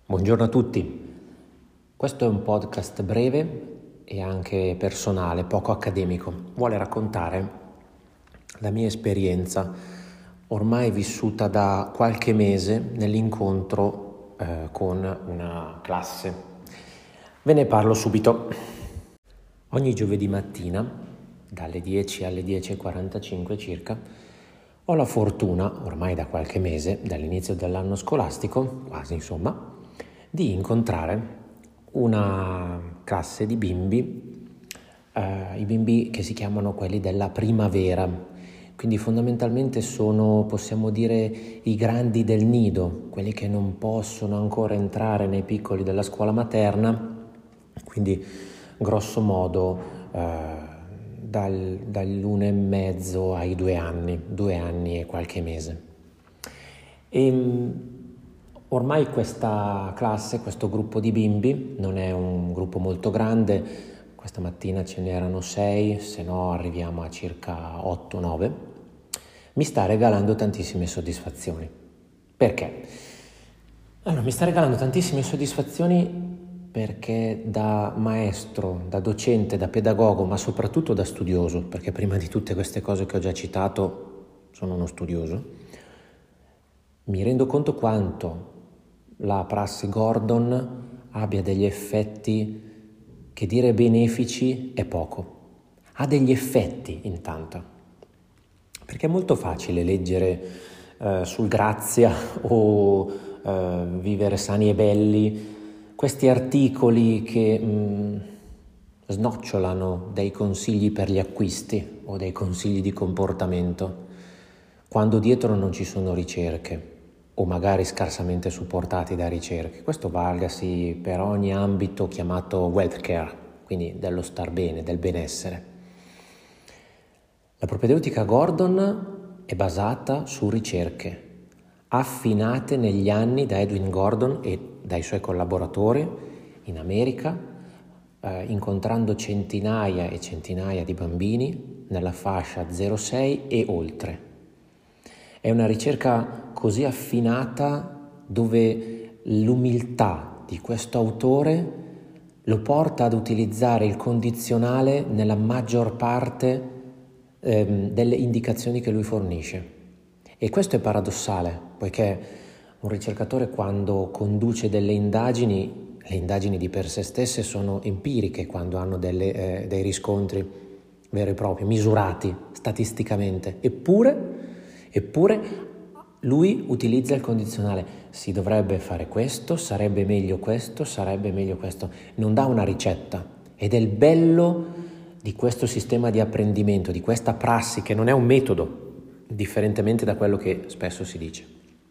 Buongiorno a tutti, questo è un podcast breve e anche personale, poco accademico. Vuole raccontare la mia esperienza ormai vissuta da qualche mese nell'incontro con una classe. Ve ne parlo subito. Ogni giovedì mattina, dalle 10 alle 10:45 circa, ho la fortuna, ormai da qualche mese, dall'inizio dell'anno scolastico, quasi insomma, di incontrare una classe di bimbi, i bimbi che si chiamano quelli della primavera, quindi fondamentalmente sono, possiamo dire, i grandi del nido, quelli che non possono ancora entrare nei piccoli della scuola materna, quindi grosso modo dall'1 e mezzo ai 2 anni e qualche mese. Ormai questa classe, questo gruppo di bimbi, non è un gruppo molto grande, questa mattina ce n'erano 6, se no arriviamo a circa 8-9, mi sta regalando tantissime soddisfazioni. Perché? Allora, mi sta regalando tantissime soddisfazioni perché da maestro, da docente, da pedagogo, ma soprattutto da studioso, perché prima di tutte queste cose che ho già citato sono uno studioso, mi rendo conto quanto la prassi Gordon abbia degli effetti che dire benefici è poco. Ha degli effetti intanto, perché è molto facile leggere sul Grazia o Vivere sani e belli questi articoli che snocciolano dei consigli per gli acquisti o dei consigli di comportamento, quando dietro non ci sono ricerche o magari scarsamente supportati da ricerche. Questo valgasi per ogni ambito chiamato wealth care, quindi dello star bene, del benessere. La propedeutica Gordon è basata su ricerche affinate negli anni da Edwin Gordon e dai suoi collaboratori in America, incontrando centinaia e centinaia di bambini nella fascia 0-6 e oltre. È una ricerca così affinata dove l'umiltà di questo autore lo porta ad utilizzare il condizionale nella maggior parte delle indicazioni che lui fornisce. E questo è paradossale, poiché un ricercatore quando conduce delle indagini, le indagini di per sé stesse sono empiriche quando hanno dei riscontri veri e propri, misurati statisticamente, Eppure lui utilizza il condizionale, si dovrebbe fare questo, sarebbe meglio questo, non dà una ricetta. Ed è il bello di questo sistema di apprendimento, di questa prassi che non è un metodo, differentemente da quello che spesso si dice.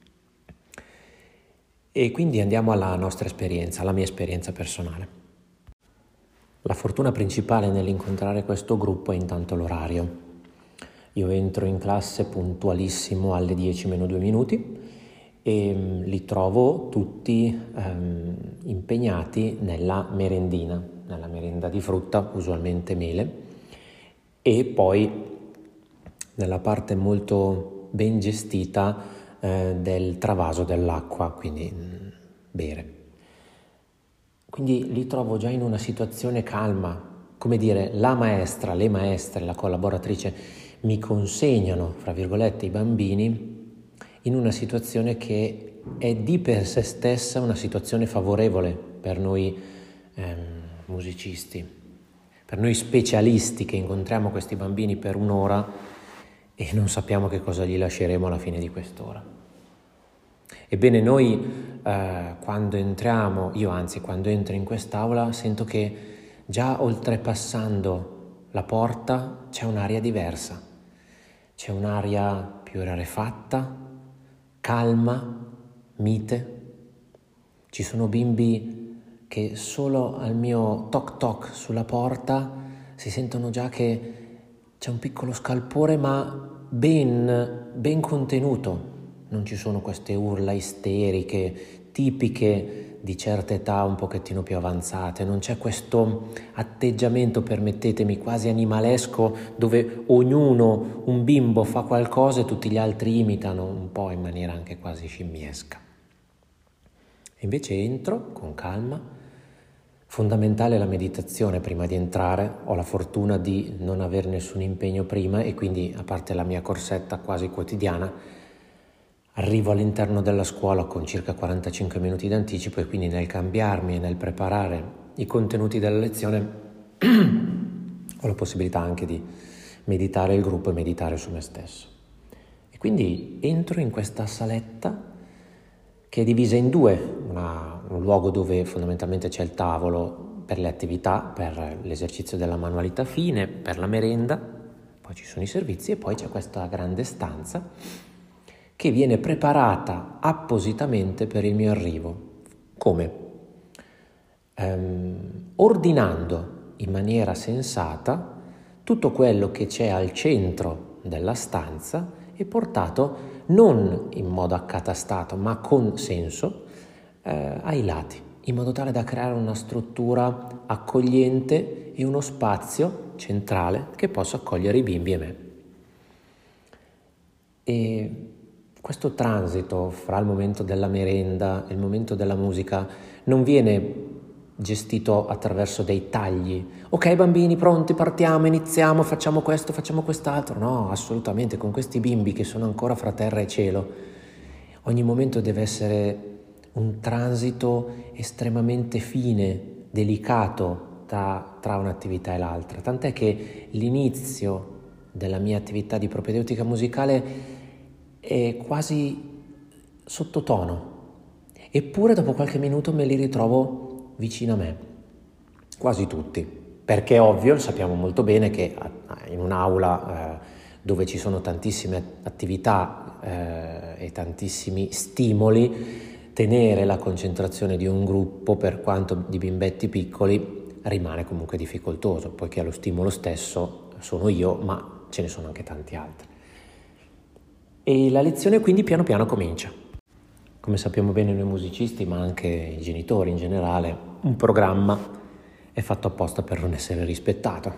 E quindi andiamo alla nostra esperienza, alla mia esperienza personale. La fortuna principale nell'incontrare questo gruppo è intanto l'orario. Io entro in classe puntualissimo alle 10-2 e li trovo tutti impegnati nella merenda di frutta, usualmente mele, e poi nella parte molto ben gestita del travaso dell'acqua, quindi bere. Quindi li trovo già in una situazione calma, come dire, la maestra, le maestre, la collaboratrice mi consegnano, fra virgolette, i bambini in una situazione che è di per sé stessa una situazione favorevole per noi musicisti, per noi specialisti che incontriamo questi bambini per un'ora e non sappiamo che cosa gli lasceremo alla fine di quest'ora. Ebbene, noi quando entriamo, quando entro in quest'aula sento che già oltrepassando la porta c'è un'aria diversa. C'è un'aria più rarefatta, calma, mite. Ci sono bimbi che solo al mio toc toc sulla porta si sentono già che c'è un piccolo scalpore, ma ben contenuto. Non ci sono queste urla isteriche, tipiche di certe età un pochettino più avanzate, non c'è questo atteggiamento, permettetemi, quasi animalesco, dove ognuno, un bimbo fa qualcosa e tutti gli altri imitano, un po' in maniera anche quasi scimmiesca. Invece entro con calma. Fondamentale la meditazione prima di entrare. Ho la fortuna di non avere nessun impegno prima e quindi, a parte la mia corsetta quasi quotidiana, arrivo all'interno della scuola con circa 45 minuti d'anticipo e quindi nel cambiarmi e nel preparare i contenuti della lezione ho la possibilità anche di meditare il gruppo e meditare su me stesso. E quindi entro in questa saletta che è divisa in due, un luogo dove fondamentalmente c'è il tavolo per le attività, per l'esercizio della manualità fine, per la merenda, poi ci sono i servizi e poi c'è questa grande stanza che viene preparata appositamente per il mio arrivo. Come? Ordinando in maniera sensata tutto quello che c'è al centro della stanza e portato non in modo accatastato ma con senso ai lati, in modo tale da creare una struttura accogliente e uno spazio centrale che possa accogliere i bimbi e me. E questo transito fra il momento della merenda e il momento della musica non viene gestito attraverso dei tagli. Ok bambini, pronti, partiamo, iniziamo, facciamo questo, facciamo quest'altro. No, assolutamente, con questi bimbi che sono ancora fra terra e cielo, ogni momento deve essere un transito estremamente fine, delicato tra un'attività e l'altra. Tant'è che l'inizio della mia attività di propedeutica musicale è quasi sottotono, eppure dopo qualche minuto me li ritrovo vicino a me, quasi tutti, perché è ovvio, sappiamo molto bene che in un'aula dove ci sono tantissime attività e tantissimi stimoli, tenere la concentrazione di un gruppo, per quanto di bimbetti piccoli, rimane comunque difficoltoso, poiché lo stimolo stesso sono io, ma ce ne sono anche tanti altri. E la lezione quindi piano piano comincia. Come sappiamo bene noi musicisti, ma anche i genitori in generale, un programma è fatto apposta per non essere rispettato.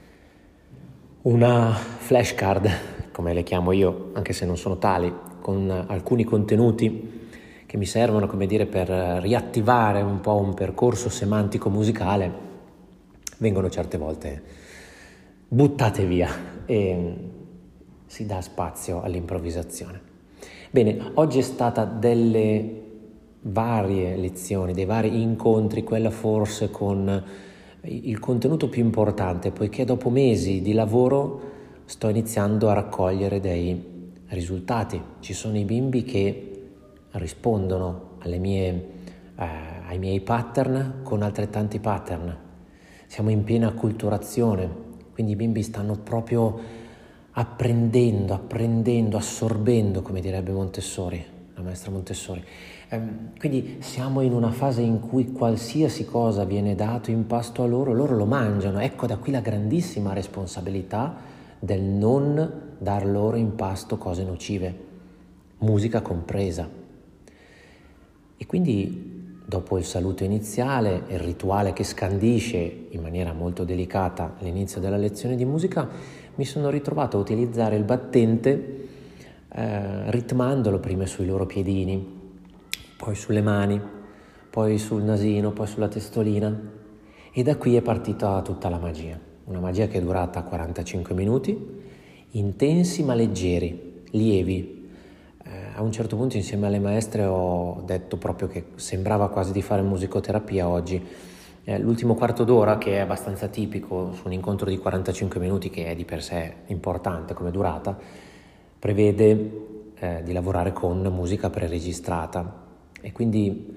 Una flashcard, come le chiamo io, anche se non sono tali, con alcuni contenuti che mi servono, come dire, per riattivare un po' un percorso semantico musicale, vengono certe volte buttate via e si dà spazio all'improvvisazione. Bene, oggi è stata delle varie lezioni, dei vari incontri, quella forse con il contenuto più importante, poiché dopo mesi di lavoro sto iniziando a raccogliere dei risultati. Ci sono i bimbi che rispondono ai miei pattern con altrettanti pattern. Siamo in piena acculturazione, quindi i bimbi stanno proprio apprendendo, assorbendo, come direbbe Montessori, la maestra Montessori. Quindi siamo in una fase in cui qualsiasi cosa viene dato in pasto a loro lo mangiano. Ecco da qui la grandissima responsabilità del non dar loro in pasto cose nocive, musica compresa. E quindi dopo il saluto iniziale, il rituale che scandisce in maniera molto delicata l'inizio della lezione di musica, mi sono ritrovato a utilizzare il battente ritmandolo prima sui loro piedini, poi sulle mani, poi sul nasino, poi sulla testolina, e da qui è partita tutta la magia. Una magia che è durata 45 minuti, intensi ma leggeri, lievi. A un certo punto insieme alle maestre ho detto proprio che sembrava quasi di fare musicoterapia oggi. L'ultimo quarto d'ora, che è abbastanza tipico su un incontro di 45 minuti, che è di per sé importante come durata, prevede di lavorare con musica preregistrata, e quindi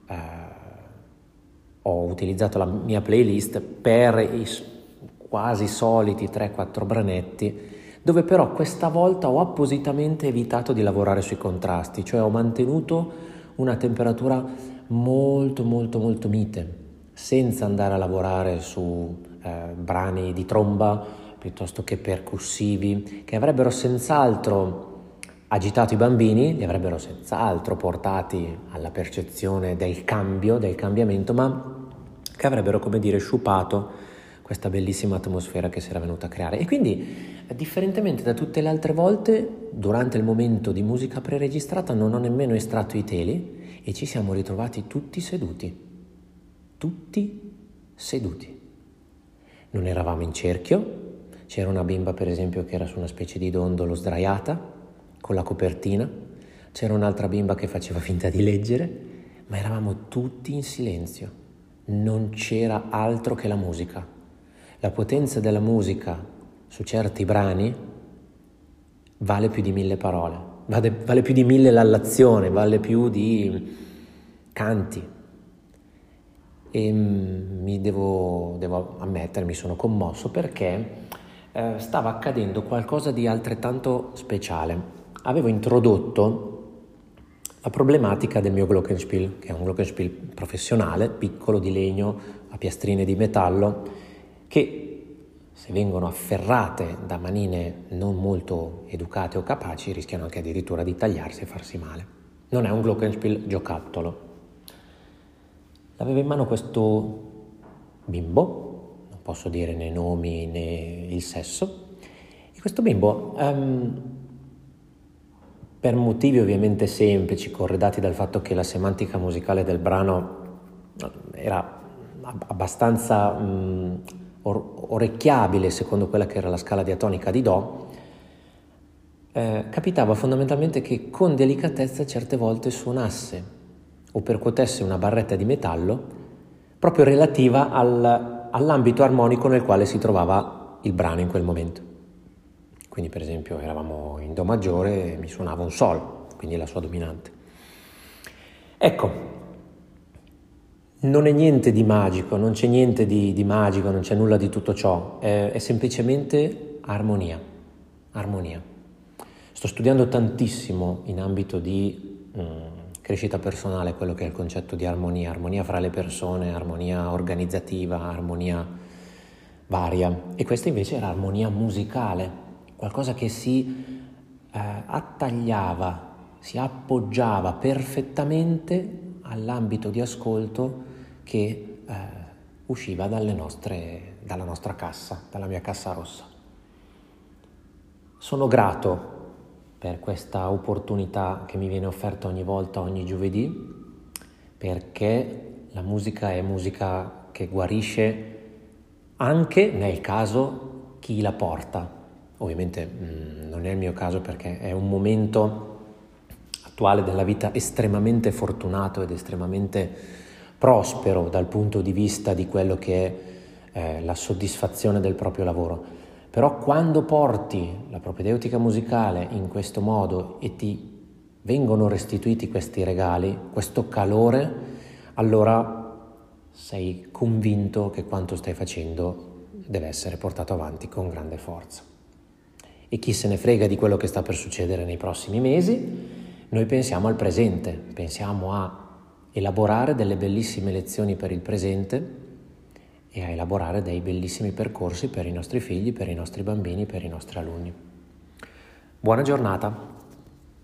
ho utilizzato la mia playlist per i quasi soliti 3-4 branetti, dove però questa volta ho appositamente evitato di lavorare sui contrasti, cioè ho mantenuto una temperatura molto mite, senza andare a lavorare su brani di tromba piuttosto che percussivi, che avrebbero senz'altro agitato i bambini, li avrebbero senz'altro portati alla percezione del cambio, del cambiamento, ma che avrebbero, come dire, sciupato questa bellissima atmosfera che si era venuta a creare. E quindi, differentemente da tutte le altre volte, durante il momento di musica preregistrata non ho nemmeno estratto i teli, e ci siamo ritrovati tutti seduti. Non eravamo in cerchio, c'era una bimba per esempio che era su una specie di dondolo sdraiata con la copertina, c'era un'altra bimba che faceva finta di leggere, ma eravamo tutti in silenzio, non c'era altro che la musica. La potenza della musica su certi brani vale più di 1000 parole, vale più di 1000 lallazioni, vale più di canti. E devo ammettere, mi sono commosso perché stava accadendo qualcosa di altrettanto speciale. Avevo introdotto la problematica del mio glockenspiel, che è un glockenspiel professionale, piccolo, di legno, a piastrine di metallo, che se vengono afferrate da manine non molto educate o capaci rischiano anche addirittura di tagliarsi e farsi male. Non è un glockenspiel giocattolo. Aveva in mano questo bimbo, non posso dire né nomi né il sesso, e questo bimbo, per motivi ovviamente semplici, corredati dal fatto che la semantica musicale del brano era abbastanza orecchiabile secondo quella che era la scala diatonica di Do, capitava fondamentalmente che con delicatezza certe volte suonasse o percuotesse una barretta di metallo proprio relativa all'ambito armonico nel quale si trovava il brano in quel momento. Quindi per esempio eravamo in Do maggiore e mi suonava un Sol, quindi la sua dominante. Ecco, non è niente di magico, non c'è niente di magico, non c'è nulla di tutto ciò, è semplicemente armonia. Sto studiando tantissimo in ambito di crescita personale quello che è il concetto di armonia fra le persone, armonia organizzativa, armonia varia, e questa invece era armonia musicale, qualcosa che si attagliava, si appoggiava perfettamente all'ambito di ascolto che usciva dalla nostra cassa, dalla mia cassa rossa. Sono grato per questa opportunità che mi viene offerta ogni volta, ogni giovedì, perché la musica è musica che guarisce anche nel caso chi la porta. Ovviamente non è il mio caso perché è un momento attuale della vita estremamente fortunato ed estremamente prospero dal punto di vista di quello che è la soddisfazione del proprio lavoro. Però quando porti la propedeutica musicale in questo modo e ti vengono restituiti questi regali, questo calore, allora sei convinto che quanto stai facendo deve essere portato avanti con grande forza. E chi se ne frega di quello che sta per succedere nei prossimi mesi, noi pensiamo al presente, pensiamo a elaborare delle bellissime lezioni per il presente e a elaborare dei bellissimi percorsi per i nostri figli, per i nostri bambini, per i nostri alunni. Buona giornata!